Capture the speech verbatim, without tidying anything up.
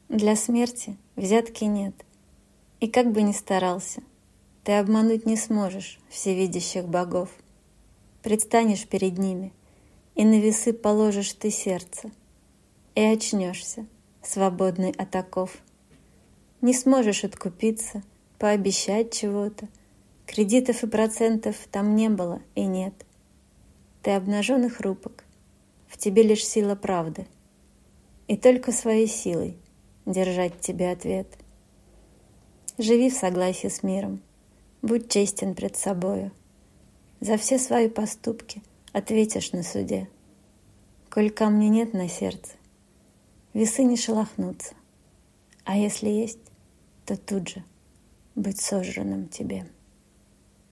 Для смерти взятки нет, и как бы ни старался, ты обмануть не сможешь всевидящих богов. Предстанешь перед ними, и на весы положишь ты сердце, и очнешься, свободный от оков. Не сможешь откупиться, пообещать чего-то, кредитов и процентов там не было и нет. Ты обнажен и хрупок, в тебе лишь сила правды, и только своей силой держать тебе ответ. Живи в согласии с миром, будь честен пред собою. За все свои поступки ответишь на суде. Коль камня нет на сердце, весы не шелохнутся, а если есть, то тут же быть сожранным тебе.